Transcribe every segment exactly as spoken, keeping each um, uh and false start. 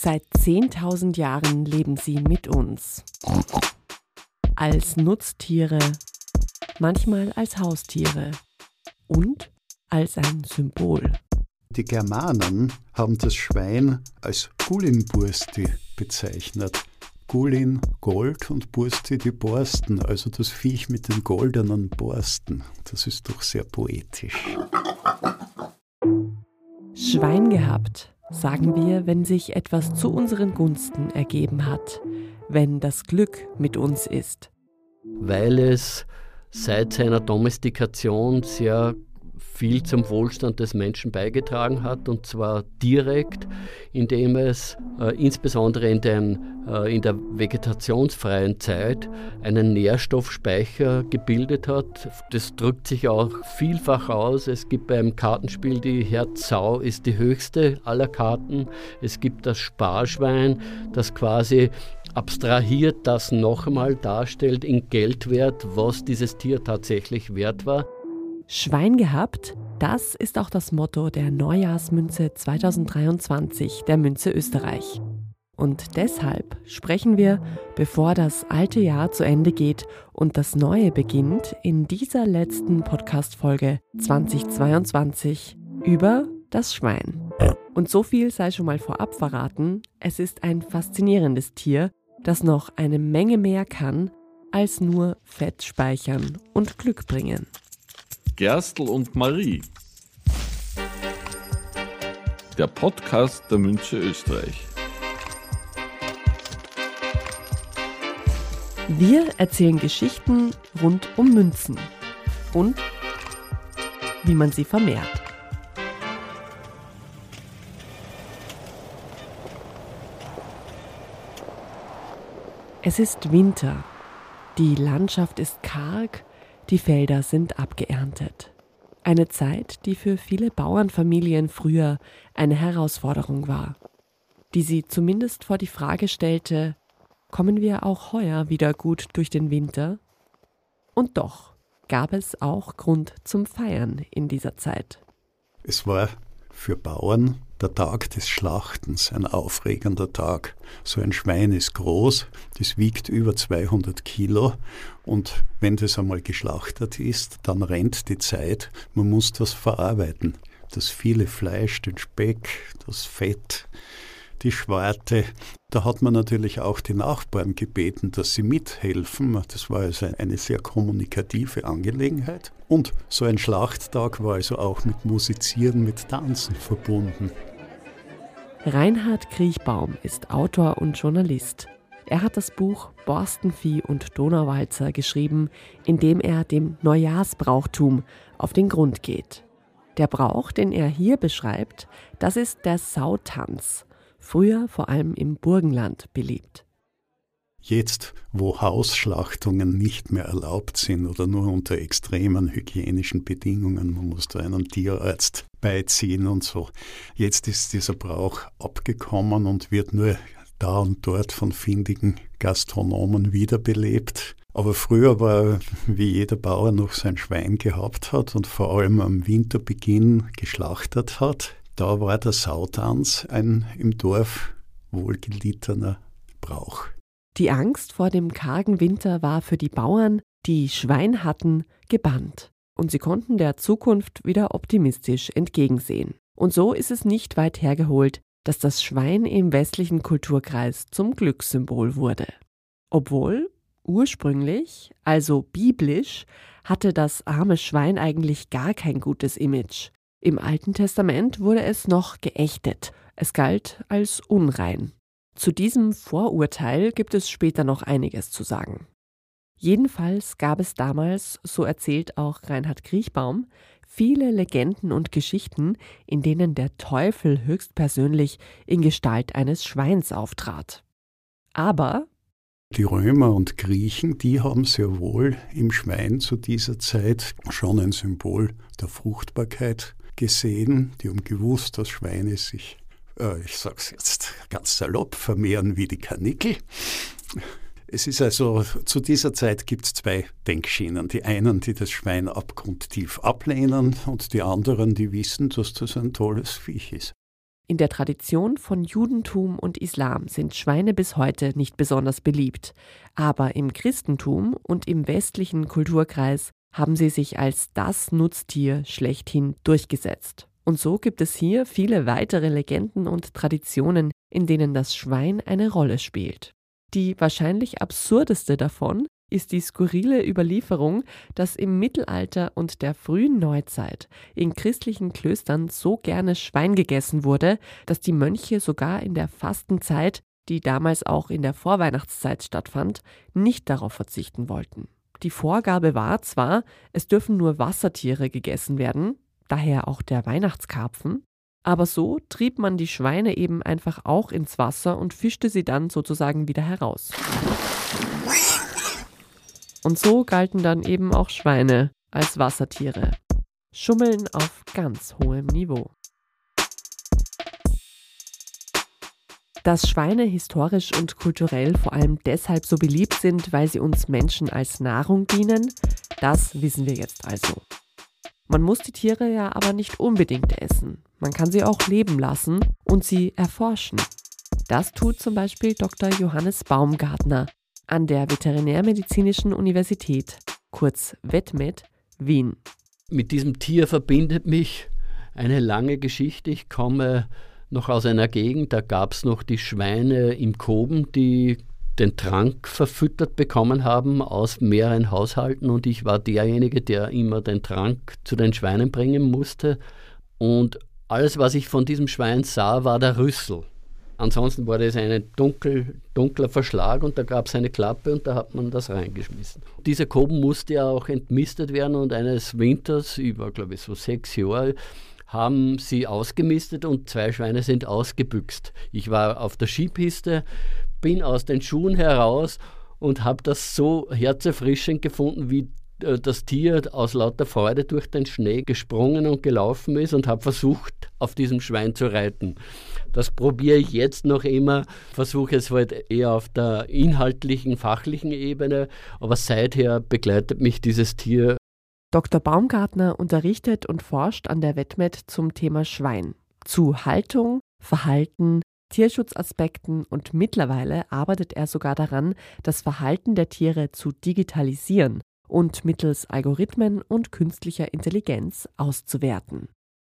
Seit zehntausend Jahren leben sie mit uns. Als Nutztiere, manchmal als Haustiere und als ein Symbol. Die Germanen haben das Schwein als Gulinbursti bezeichnet. Gulin, Gold und Bursti, die Borsten, also das Viech mit den goldenen Borsten. Das ist doch sehr poetisch. Schwein gehabt, sagen wir, wenn sich etwas zu unseren Gunsten ergeben hat, wenn das Glück mit uns ist. Weil es seit seiner Domestikation sehr viel zum Wohlstand des Menschen beigetragen hat, und zwar direkt, indem es äh, insbesondere in, den, äh, in der vegetationsfreien Zeit einen Nährstoffspeicher gebildet hat. Das drückt sich auch vielfach aus. Es gibt beim Kartenspiel die Herz-Sau ist die höchste aller Karten. Es gibt das Sparschwein, das quasi abstrahiert das noch einmal darstellt in Geldwert, was dieses Tier tatsächlich wert war. Schwein gehabt, das ist auch das Motto der Neujahrsmünze zweitausenddreiundzwanzig der Münze Österreich. Und deshalb sprechen wir, bevor das alte Jahr zu Ende geht und das neue beginnt, in dieser letzten Podcast-Folge zweitausendzweiundzwanzig über das Schwein. Und so viel sei schon mal vorab verraten, es ist ein faszinierendes Tier, das noch eine Menge mehr kann, als nur Fett speichern und Glück bringen. Gerstl und Marie. Der Podcast der Münze Österreich. Wir erzählen Geschichten rund um Münzen und wie man sie vermehrt. Es ist Winter. Die Landschaft ist karg, die Felder sind abgeerntet. Eine Zeit, die für viele Bauernfamilien früher eine Herausforderung war, die sie zumindest vor die Frage stellte, kommen wir auch heuer wieder gut durch den Winter? Und doch gab es auch Grund zum Feiern in dieser Zeit. Es war für Bauern der Tag des Schlachtens, ein aufregender Tag. So ein Schwein ist groß, das wiegt über zweihundert Kilo, und wenn das einmal geschlachtet ist, dann rennt die Zeit, man muss das verarbeiten. Das viele Fleisch, den Speck, das Fett, die Schwarte. Da hat man natürlich auch die Nachbarn gebeten, dass sie mithelfen. Das war also eine sehr kommunikative Angelegenheit. Und so ein Schlachttag war also auch mit Musizieren, mit Tanzen verbunden. Reinhard Kriechbaum ist Autor und Journalist. Er hat das Buch Borstenvieh und Donauwalzer geschrieben, in dem er dem Neujahrsbrauchtum auf den Grund geht. Der Brauch, den er hier beschreibt, das ist der Sautanz, früher vor allem im Burgenland beliebt. Jetzt, wo Hausschlachtungen nicht mehr erlaubt sind oder nur unter extremen hygienischen Bedingungen, man muss da einen Tierarzt beiziehen und so. Jetzt ist dieser Brauch abgekommen und wird nur da und dort von findigen Gastronomen wiederbelebt. Aber früher war, wie jeder Bauer noch sein Schwein gehabt hat und vor allem am Winterbeginn geschlachtet hat, da war der Sautanz ein im Dorf wohlgelittener Brauch. Die Angst vor dem kargen Winter war für die Bauern, die Schwein hatten, gebannt. Und sie konnten der Zukunft wieder optimistisch entgegensehen. Und so ist es nicht weit hergeholt, dass das Schwein im westlichen Kulturkreis zum Glückssymbol wurde. Obwohl, ursprünglich, also biblisch, hatte das arme Schwein eigentlich gar kein gutes Image. Im Alten Testament wurde es noch geächtet. Es galt als unrein. Zu diesem Vorurteil gibt es später noch einiges zu sagen. Jedenfalls gab es damals, so erzählt auch Reinhard Kriechbaum, viele Legenden und Geschichten, in denen der Teufel höchstpersönlich in Gestalt eines Schweins auftrat. Aber die Römer und Griechen, die haben sehr wohl im Schwein zu dieser Zeit schon ein Symbol der Fruchtbarkeit gesehen. Die haben gewusst, dass Schweine sich, äh, ich sag's jetzt ganz salopp, vermehren wie die Karnickel. Es ist also, zu dieser Zeit gibt es zwei Denkschienen. Die einen, die das Schwein abgrundtief ablehnen, und die anderen, die wissen, dass das ein tolles Viech ist. In der Tradition von Judentum und Islam sind Schweine bis heute nicht besonders beliebt. Aber im Christentum und im westlichen Kulturkreis haben sie sich als das Nutztier schlechthin durchgesetzt. Und so gibt es hier viele weitere Legenden und Traditionen, in denen das Schwein eine Rolle spielt. Die wahrscheinlich absurdeste davon ist die skurrile Überlieferung, dass im Mittelalter und der frühen Neuzeit in christlichen Klöstern so gerne Schwein gegessen wurde, dass die Mönche sogar in der Fastenzeit, die damals auch in der Vorweihnachtszeit stattfand, nicht darauf verzichten wollten. Die Vorgabe war zwar, es dürfen nur Wassertiere gegessen werden, daher auch der Weihnachtskarpfen, aber so trieb man die Schweine eben einfach auch ins Wasser und fischte sie dann sozusagen wieder heraus. Und so galten dann eben auch Schweine als Wassertiere. Schummeln auf ganz hohem Niveau. Dass Schweine historisch und kulturell vor allem deshalb so beliebt sind, weil sie uns Menschen als Nahrung dienen, das wissen wir jetzt also. Man muss die Tiere ja aber nicht unbedingt essen. Man kann sie auch leben lassen und sie erforschen. Das tut zum Beispiel Doktor Johannes Baumgartner an der Veterinärmedizinischen Universität, kurz VetMed, Wien. Mit diesem Tier verbindet mich eine lange Geschichte. Ich komme noch aus einer Gegend, da gab es noch die Schweine im Koben, die den Trank verfüttert bekommen haben aus mehreren Haushalten, und ich war derjenige, der immer den Trank zu den Schweinen bringen musste. Und alles, was ich von diesem Schwein sah, war der Rüssel. Ansonsten war das ein dunkel, dunkler Verschlag und da gab es eine Klappe und da hat man das reingeschmissen. Dieser Koben musste ja auch entmistet werden, und eines Winters, über glaube ich so sechs Jahre, haben sie ausgemistet und zwei Schweine sind ausgebüxt. Ich war auf der Skipiste, bin aus den Schuhen heraus und habe das so herzerfrischend gefunden, wie das Tier aus lauter Freude durch den Schnee gesprungen und gelaufen ist, und habe versucht, auf diesem Schwein zu reiten. Das probiere ich jetzt noch immer, versuche es halt eher auf der inhaltlichen, fachlichen Ebene, aber seither begleitet mich dieses Tier. Doktor Baumgartner unterrichtet und forscht an der VetMed zum Thema Schwein, zu Haltung, Verhalten, Tierschutzaspekten, und mittlerweile arbeitet er sogar daran, das Verhalten der Tiere zu digitalisieren und mittels Algorithmen und künstlicher Intelligenz auszuwerten.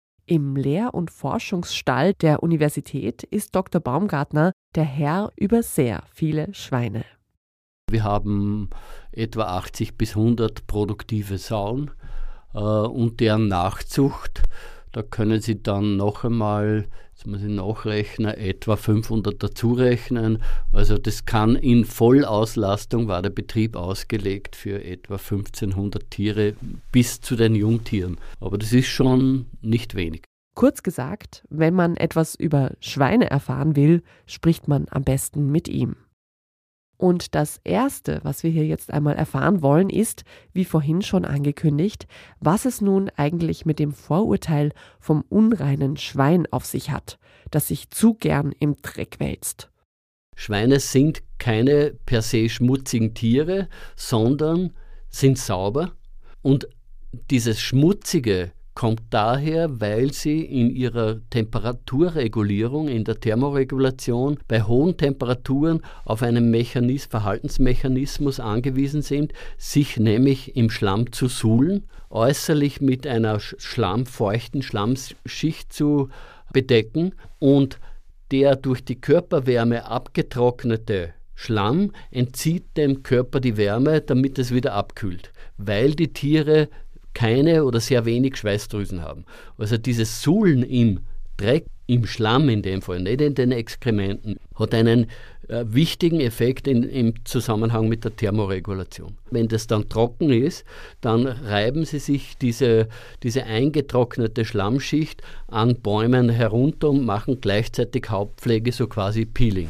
Im Lehr- und Forschungsstall der Universität ist Doktor Baumgartner der Herr über sehr viele Schweine. Wir haben etwa achtzig bis hundert produktive Sauen äh, und deren Nachzucht. Da können Sie dann noch einmal, jetzt muss ich nachrechnen, etwa fünfhundert dazurechnen. Also das kann in Vollauslastung, war der Betrieb ausgelegt für etwa fünfzehnhundert Tiere bis zu den Jungtieren. Aber das ist schon nicht wenig. Kurz gesagt, wenn man etwas über Schweine erfahren will, spricht man am besten mit ihm. Und das Erste, was wir hier jetzt einmal erfahren wollen, ist, wie vorhin schon angekündigt, was es nun eigentlich mit dem Vorurteil vom unreinen Schwein auf sich hat, das sich zu gern im Dreck wälzt. Schweine sind keine per se schmutzigen Tiere, sondern sind sauber. Und dieses Schmutzige kommt daher, weil sie in ihrer Temperaturregulierung, in der Thermoregulation bei hohen Temperaturen auf einen Mechanismus, Verhaltensmechanismus angewiesen sind, sich nämlich im Schlamm zu suhlen, äußerlich mit einer schlammfeuchten Schlammschicht zu bedecken, und der durch die Körperwärme abgetrocknete Schlamm entzieht dem Körper die Wärme, damit es wieder abkühlt, weil die Tiere keine oder sehr wenig Schweißdrüsen haben. Also dieses Suhlen im Dreck, im Schlamm in dem Fall, nicht in den Exkrementen, hat einen äh, wichtigen Effekt in, im Zusammenhang mit der Thermoregulation. Wenn das dann trocken ist, dann reiben sie sich diese, diese eingetrocknete Schlammschicht an Bäumen herunter und machen gleichzeitig Hauptpflege, so quasi Peeling.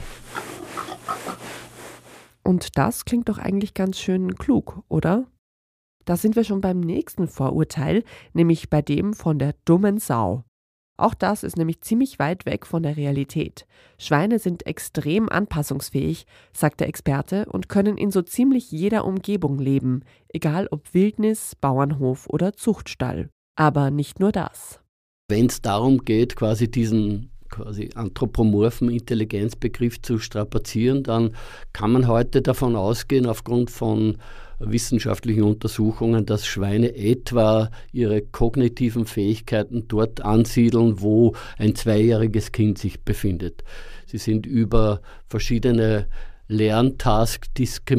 Und das klingt doch eigentlich ganz schön klug, oder? Da sind wir schon beim nächsten Vorurteil, nämlich bei dem von der dummen Sau. Auch das ist nämlich ziemlich weit weg von der Realität. Schweine sind extrem anpassungsfähig, sagt der Experte, und können in so ziemlich jeder Umgebung leben, egal ob Wildnis, Bauernhof oder Zuchtstall. Aber nicht nur das. Wenn es darum geht, quasi diesen quasi anthropomorphen Intelligenzbegriff zu strapazieren, dann kann man heute davon ausgehen, aufgrund von wissenschaftlichen Untersuchungen, dass Schweine etwa ihre kognitiven Fähigkeiten dort ansiedeln, wo ein zweijähriges Kind sich befindet. Sie sind über verschiedene Lerntasks,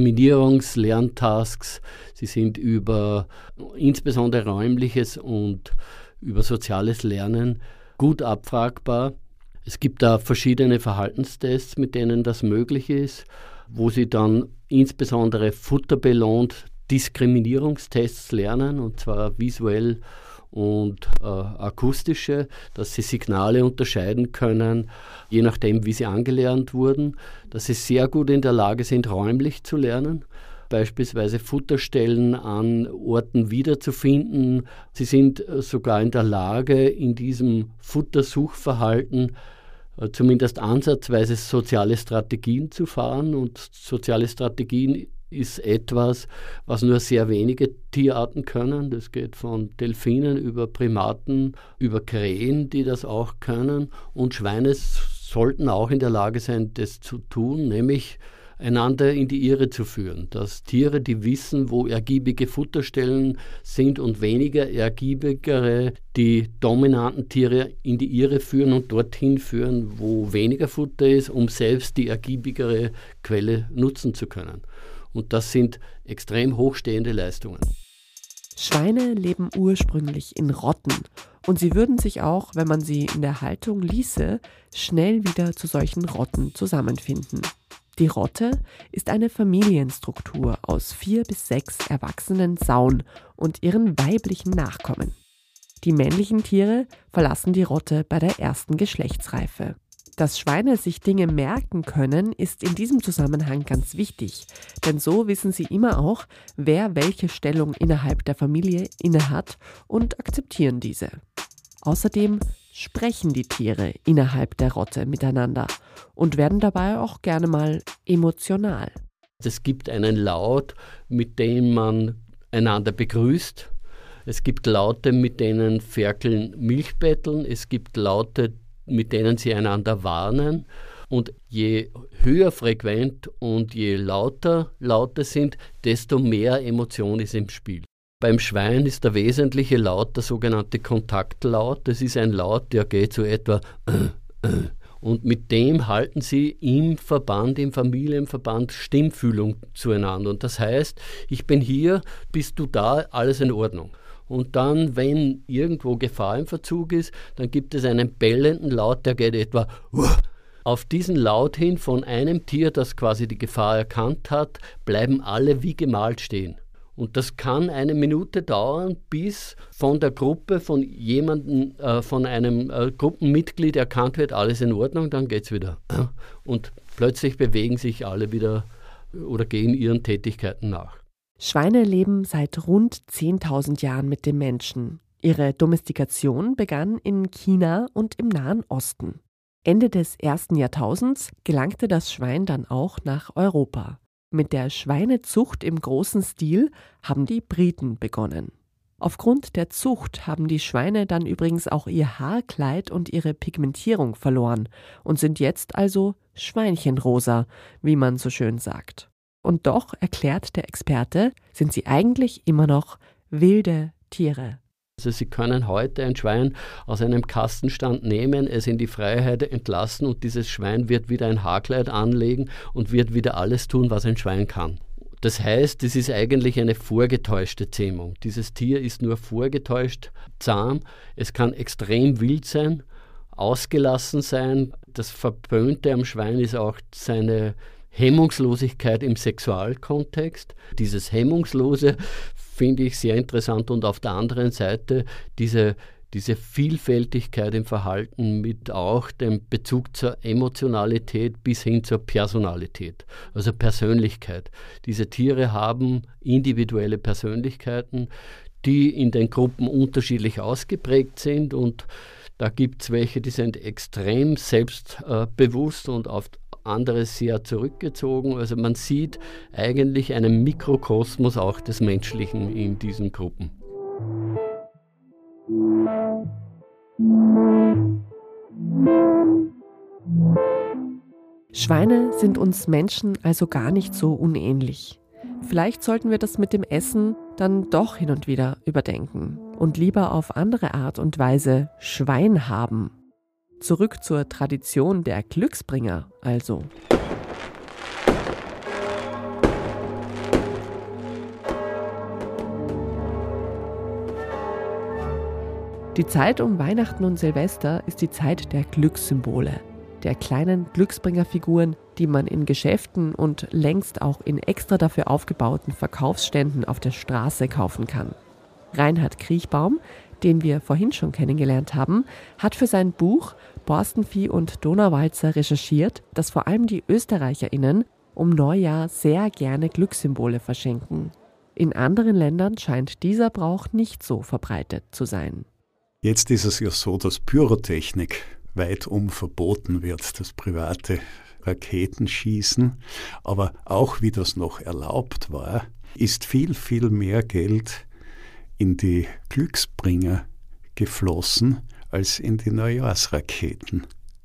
Diskriminierungs-Lerntasks, sie sind über insbesondere räumliches und über soziales Lernen gut abfragbar. Es gibt da verschiedene Verhaltenstests, mit denen das möglich ist, wo sie dann insbesondere futterbelohnt Diskriminierungstests lernen, und zwar visuell und äh, akustische, dass sie Signale unterscheiden können, je nachdem, wie sie angelernt wurden, dass sie sehr gut in der Lage sind, räumlich zu lernen, beispielsweise Futterstellen an Orten wiederzufinden. Sie sind äh, sogar in der Lage, in diesem Futtersuchverhalten äh, zumindest ansatzweise soziale Strategien zu fahren, und soziale Strategien ist etwas, was nur sehr wenige Tierarten können. Das geht von Delfinen über Primaten, über Krähen, die das auch können. Und Schweine sollten auch in der Lage sein, das zu tun, nämlich einander in die Irre zu führen. Dass Tiere, die wissen, wo ergiebige Futterstellen sind und weniger ergiebigere, die dominanten Tiere in die Irre führen und dorthin führen, wo weniger Futter ist, um selbst die ergiebigere Quelle nutzen zu können. Und das sind extrem hochstehende Leistungen. Schweine leben ursprünglich in Rotten und sie würden sich auch, wenn man sie in der Haltung ließe, schnell wieder zu solchen Rotten zusammenfinden. Die Rotte ist eine Familienstruktur aus vier bis sechs erwachsenen Sauen und ihren weiblichen Nachkommen. Die männlichen Tiere verlassen die Rotte bei der ersten Geschlechtsreife. Dass Schweine sich Dinge merken können, ist in diesem Zusammenhang ganz wichtig, denn so wissen sie immer auch, wer welche Stellung innerhalb der Familie innehat und akzeptieren diese. Außerdem sprechen die Tiere innerhalb der Rotte miteinander und werden dabei auch gerne mal emotional. Es gibt einen Laut, mit dem man einander begrüßt. Es gibt Laute, mit denen Ferkeln Milch betteln. Es gibt Laute, mit denen sie einander warnen. Und je höher frequent und je lauter Laute sind, desto mehr Emotion ist im Spiel. Beim Schwein ist der wesentliche Laut der sogenannte Kontaktlaut. Das ist ein Laut, der geht so etwa äh, äh. Und mit dem halten sie im Verband, im Familienverband Stimmfühlung zueinander. Und das heißt, ich bin hier, bist du da, alles in Ordnung. Und dann, wenn irgendwo Gefahr im Verzug ist, dann gibt es einen bellenden Laut, der geht etwa Uah. Auf diesen Laut hin von einem Tier, das quasi die Gefahr erkannt hat, bleiben alle wie gemalt stehen. Und das kann eine Minute dauern, bis von der Gruppe, von jemandem, äh, von einem äh, Gruppenmitglied erkannt wird, alles in Ordnung, dann geht es wieder. Und plötzlich bewegen sich alle wieder oder gehen ihren Tätigkeiten nach. Schweine leben seit rund zehntausend Jahren mit dem Menschen. Ihre Domestikation begann in China und im Nahen Osten. Ende des ersten Jahrtausends gelangte das Schwein dann auch nach Europa. Mit der Schweinezucht im großen Stil haben die Briten begonnen. Aufgrund der Zucht haben die Schweine dann übrigens auch ihr Haarkleid und ihre Pigmentierung verloren und sind jetzt also schweinchenrosa, wie man so schön sagt. Und doch, erklärt der Experte, sind sie eigentlich immer noch wilde Tiere. Also Sie können heute ein Schwein aus einem Kastenstand nehmen, es in die Freiheit entlassen und dieses Schwein wird wieder ein Haarkleid anlegen und wird wieder alles tun, was ein Schwein kann. Das heißt, es ist eigentlich eine vorgetäuschte Zähmung. Dieses Tier ist nur vorgetäuscht zahm. Es kann extrem wild sein, ausgelassen sein. Das Verpönte am Schwein ist auch seine Hemmungslosigkeit im Sexualkontext. Dieses Hemmungslose finde ich sehr interessant und auf der anderen Seite diese, diese Vielfältigkeit im Verhalten mit auch dem Bezug zur Emotionalität bis hin zur Personalität, also Persönlichkeit. Diese Tiere haben individuelle Persönlichkeiten, die in den Gruppen unterschiedlich ausgeprägt sind und da gibt es welche, die sind extrem selbstbewusst und auf andere sehr zurückgezogen. Also man sieht eigentlich einen Mikrokosmos auch des Menschlichen in diesen Gruppen. Schweine sind uns Menschen also gar nicht so unähnlich. Vielleicht sollten wir das mit dem Essen dann doch hin und wieder überdenken und lieber auf andere Art und Weise Schwein haben. Zurück zur Tradition der Glücksbringer also. Die Zeit um Weihnachten und Silvester ist die Zeit der Glückssymbole, der kleinen Glücksbringerfiguren, die man in Geschäften und längst auch in extra dafür aufgebauten Verkaufsständen auf der Straße kaufen kann. Reinhard Kriechbaum, den wir vorhin schon kennengelernt haben, hat für sein Buch Borstenvieh und Donauwalzer recherchiert, dass vor allem die ÖsterreicherInnen um Neujahr sehr gerne Glückssymbole verschenken. In anderen Ländern scheint dieser Brauch nicht so verbreitet zu sein. Jetzt ist es ja so, dass Pyrotechnik weitum verboten wird, das private Raketenschießen. Aber auch wie das noch erlaubt war, ist viel, viel mehr Geld in die Glücksbringer geflossen als in die Neujahrsraketen.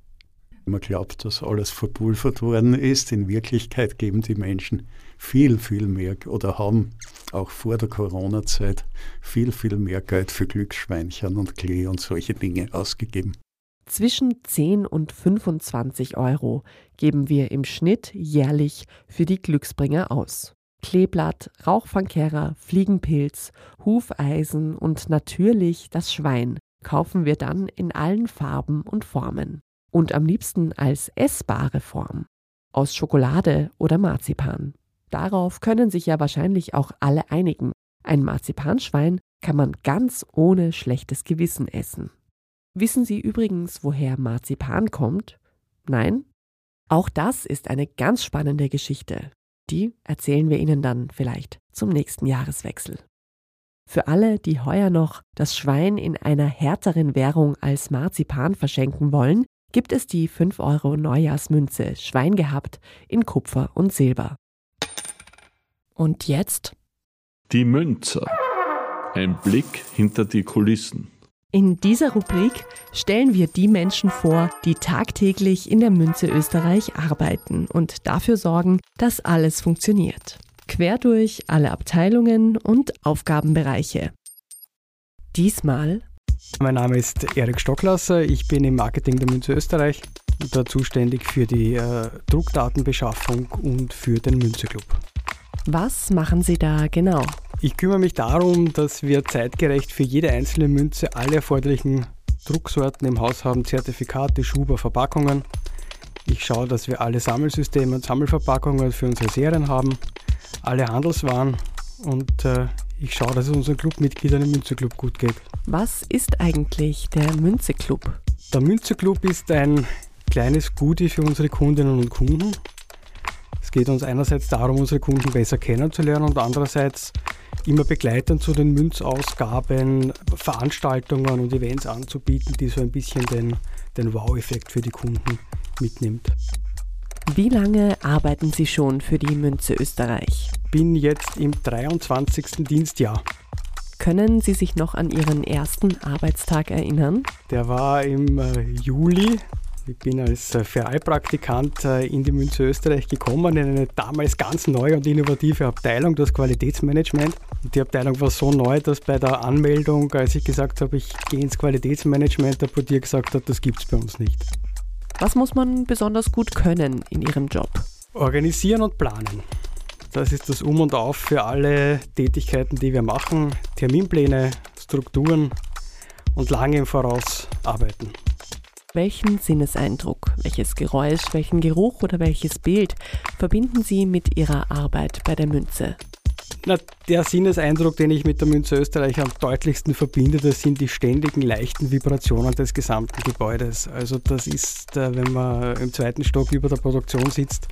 Man glaubt, dass alles verpulvert worden ist. In Wirklichkeit geben die Menschen viel, viel mehr oder haben auch vor der Corona-Zeit viel, viel mehr Geld für Glücksschweinchen und Klee und solche Dinge ausgegeben. Zwischen zehn und fünfundzwanzig Euro geben wir im Schnitt jährlich für die Glücksbringer aus. Kleeblatt, Rauchfangkehrer, Fliegenpilz, Hufeisen und natürlich das Schwein kaufen wir dann in allen Farben und Formen. Und am liebsten als essbare Form. Aus Schokolade oder Marzipan. Darauf können sich ja wahrscheinlich auch alle einigen. Ein Marzipanschwein kann man ganz ohne schlechtes Gewissen essen. Wissen Sie übrigens, woher Marzipan kommt? Nein? Auch das ist eine ganz spannende Geschichte. Die erzählen wir Ihnen dann vielleicht zum nächsten Jahreswechsel. Für alle, die heuer noch das Schwein in einer härteren Währung als Marzipan verschenken wollen, gibt es die fünf Euro Neujahrsmünze Schwein gehabt in Kupfer und Silber. Und jetzt? Die Münzer. Ein Blick hinter die Kulissen. In dieser Rubrik stellen wir die Menschen vor, die tagtäglich in der Münze Österreich arbeiten und dafür sorgen, dass alles funktioniert. Quer durch alle Abteilungen und Aufgabenbereiche. Diesmal: Mein Name ist Erik Stocklasser, ich bin im Marketing der Münze Österreich und da zuständig für die äh, Druckdatenbeschaffung und für den Münze-Club. Was machen Sie da genau? Ich kümmere mich darum, dass wir zeitgerecht für jede einzelne Münze alle erforderlichen Drucksorten im Haus haben, Zertifikate, Schuber, Verpackungen. Ich schaue, dass wir alle Sammelsysteme und Sammelverpackungen für unsere Serien haben, alle Handelswaren und äh, ich schaue, dass es unseren Clubmitgliedern im Münze-Club gut geht. Was ist eigentlich der Münze-Club? Der Münze-Club ist ein kleines Goodie für unsere Kundinnen und Kunden. Es geht uns einerseits darum, unsere Kunden besser kennenzulernen und andererseits immer begleitend zu den Münzausgaben, Veranstaltungen und Events anzubieten, die so ein bisschen den, den Wow-Effekt für die Kunden mitnimmt. Wie lange arbeiten Sie schon für die Münze Österreich? Bin jetzt im dreiundzwanzigsten Dienstjahr. Können Sie sich noch an Ihren ersten Arbeitstag erinnern? Der war im äh, Juli. Ich bin als äh, Vereilpraktikant äh, in die Münze Österreich gekommen, in eine damals ganz neue und innovative Abteilung, das Qualitätsmanagement. Und die Abteilung war so neu, dass bei der Anmeldung, als ich gesagt habe, ich gehe ins Qualitätsmanagement, der Portier gesagt hat, das gibt es bei uns nicht. Was muss man besonders gut können in Ihrem Job? Organisieren und planen. Das ist das Um und Auf für alle Tätigkeiten, die wir machen. Terminpläne, Strukturen und lange im Voraus arbeiten. Welchen Sinneseindruck, welches Geräusch, welchen Geruch oder welches Bild verbinden Sie mit Ihrer Arbeit bei der Münze? Na, der Sinneseindruck, den ich mit der Münze Österreich am deutlichsten verbinde, das sind die ständigen leichten Vibrationen des gesamten Gebäudes. Also das ist, wenn man im zweiten Stock über der Produktion sitzt,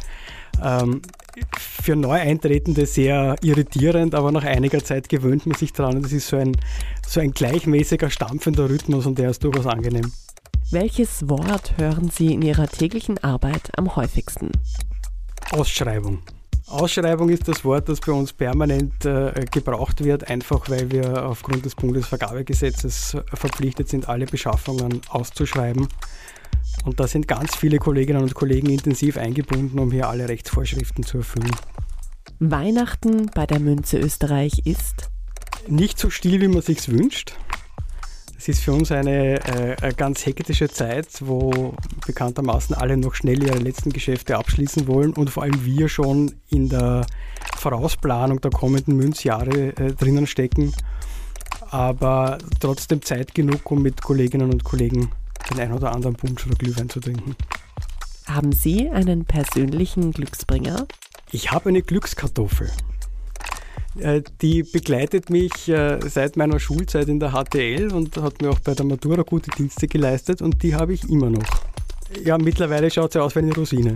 für Neueintretende sehr irritierend, aber nach einiger Zeit gewöhnt man sich daran. Das ist so ein, so ein gleichmäßiger, stampfender Rhythmus und der ist durchaus angenehm. Welches Wort hören Sie in Ihrer täglichen Arbeit am häufigsten? Ausschreibung. Ausschreibung ist das Wort, das bei uns permanent äh, gebraucht wird, einfach weil wir aufgrund des Bundesvergabegesetzes verpflichtet sind, alle Beschaffungen auszuschreiben. Und da sind ganz viele Kolleginnen und Kollegen intensiv eingebunden, um hier alle Rechtsvorschriften zu erfüllen. Weihnachten bei der Münze Österreich ist nicht so still, wie man sich's wünscht. Es ist für uns eine äh, ganz hektische Zeit, wo bekanntermaßen alle noch schnell ihre letzten Geschäfte abschließen wollen und vor allem wir schon in der Vorausplanung der kommenden Münzjahre äh, drinnen stecken. Aber trotzdem Zeit genug, um mit Kolleginnen und Kollegen den ein oder anderen Punsch oder Glühwein zu trinken. Haben Sie einen persönlichen Glücksbringer? Ich habe eine Glückskartoffel. Die begleitet mich seit meiner Schulzeit in der H T L und hat mir auch bei der Matura gute Dienste geleistet und die habe ich immer noch. Ja, mittlerweile schaut sie aus wie eine Rosine.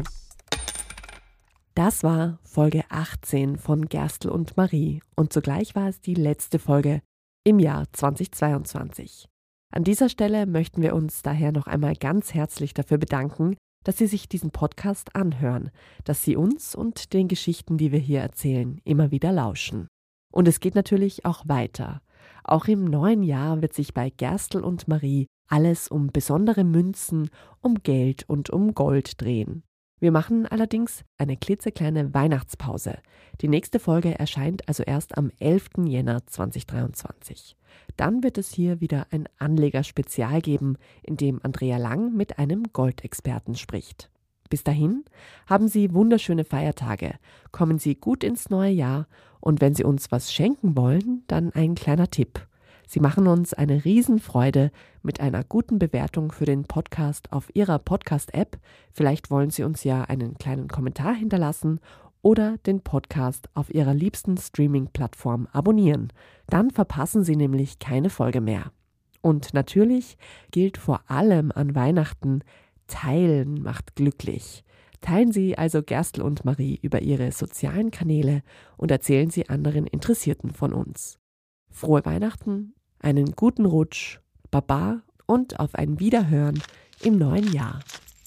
Das war Folge achtzehn von Gerstl und Marie und zugleich war es die letzte Folge im Jahr zweitausendzweiundzwanzig. An dieser Stelle möchten wir uns daher noch einmal ganz herzlich dafür bedanken, dass Sie sich diesen Podcast anhören, dass Sie uns und den Geschichten, die wir hier erzählen, immer wieder lauschen. Und es geht natürlich auch weiter. Auch im neuen Jahr wird sich bei Gerstl und Marie alles um besondere Münzen, um Geld und um Gold drehen. Wir machen allerdings eine klitzekleine Weihnachtspause. Die nächste Folge erscheint also erst am elften Jänner zweitausenddreiundzwanzig. Dann wird es hier wieder ein Anlegerspezial geben, in dem Andrea Lang mit einem Goldexperten spricht. Bis dahin haben Sie wunderschöne Feiertage, kommen Sie gut ins neue Jahr und wenn Sie uns was schenken wollen, dann ein kleiner Tipp. Sie machen uns eine Riesenfreude mit einer guten Bewertung für den Podcast auf Ihrer Podcast-App. Vielleicht wollen Sie uns ja einen kleinen Kommentar hinterlassen oder den Podcast auf Ihrer liebsten Streaming-Plattform abonnieren. Dann verpassen Sie nämlich keine Folge mehr. Und natürlich gilt vor allem an Weihnachten, Teilen macht glücklich. Teilen Sie also Gerstl und Marie über Ihre sozialen Kanäle und erzählen Sie anderen Interessierten von uns. Frohe Weihnachten, einen guten Rutsch, Baba und auf ein Wiederhören im neuen Jahr.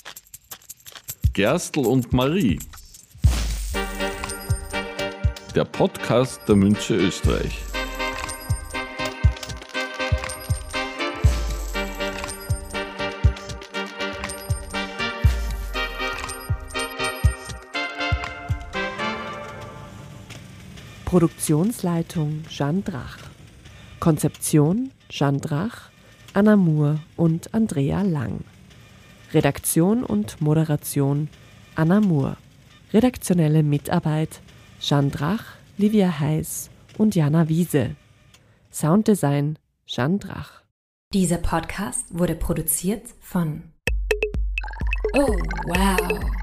Gerstl und Marie. Der Podcast der Münze Österreich. Produktionsleitung Jeanne Drach. Konzeption Jeanne Drach, Anna Moore und Andrea Lang. Redaktion und Moderation Anna Moore. Redaktionelle Mitarbeit Jeanne Drach, Livia Heiß und Jana Wiese. Sounddesign Jeanne Drach. Dieser Podcast wurde produziert von Oh, wow.